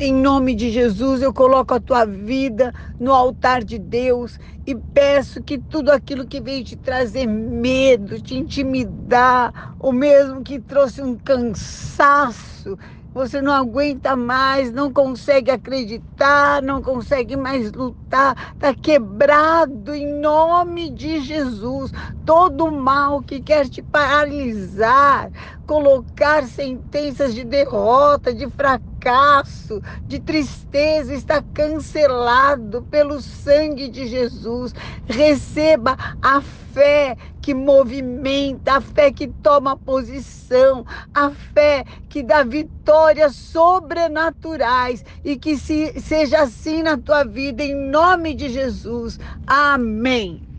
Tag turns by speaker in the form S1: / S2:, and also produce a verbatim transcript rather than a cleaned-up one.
S1: Em nome de Jesus, eu coloco a tua vida no altar de Deus e peço que tudo aquilo que veio te trazer medo, te intimidar, ou mesmo que trouxe um cansaço, você não aguenta mais, não consegue acreditar, não consegue mais lutar, está quebrado em nome de Jesus. Todo mal que quer te paralisar, colocar sentenças de derrota, de fracasso, de tristeza, está cancelado pelo sangue de Jesus. Receba a fé que movimenta, a fé que toma posição, a fé que dá vitórias sobrenaturais e que se, seja assim na tua vida, em nome de Jesus. Amém.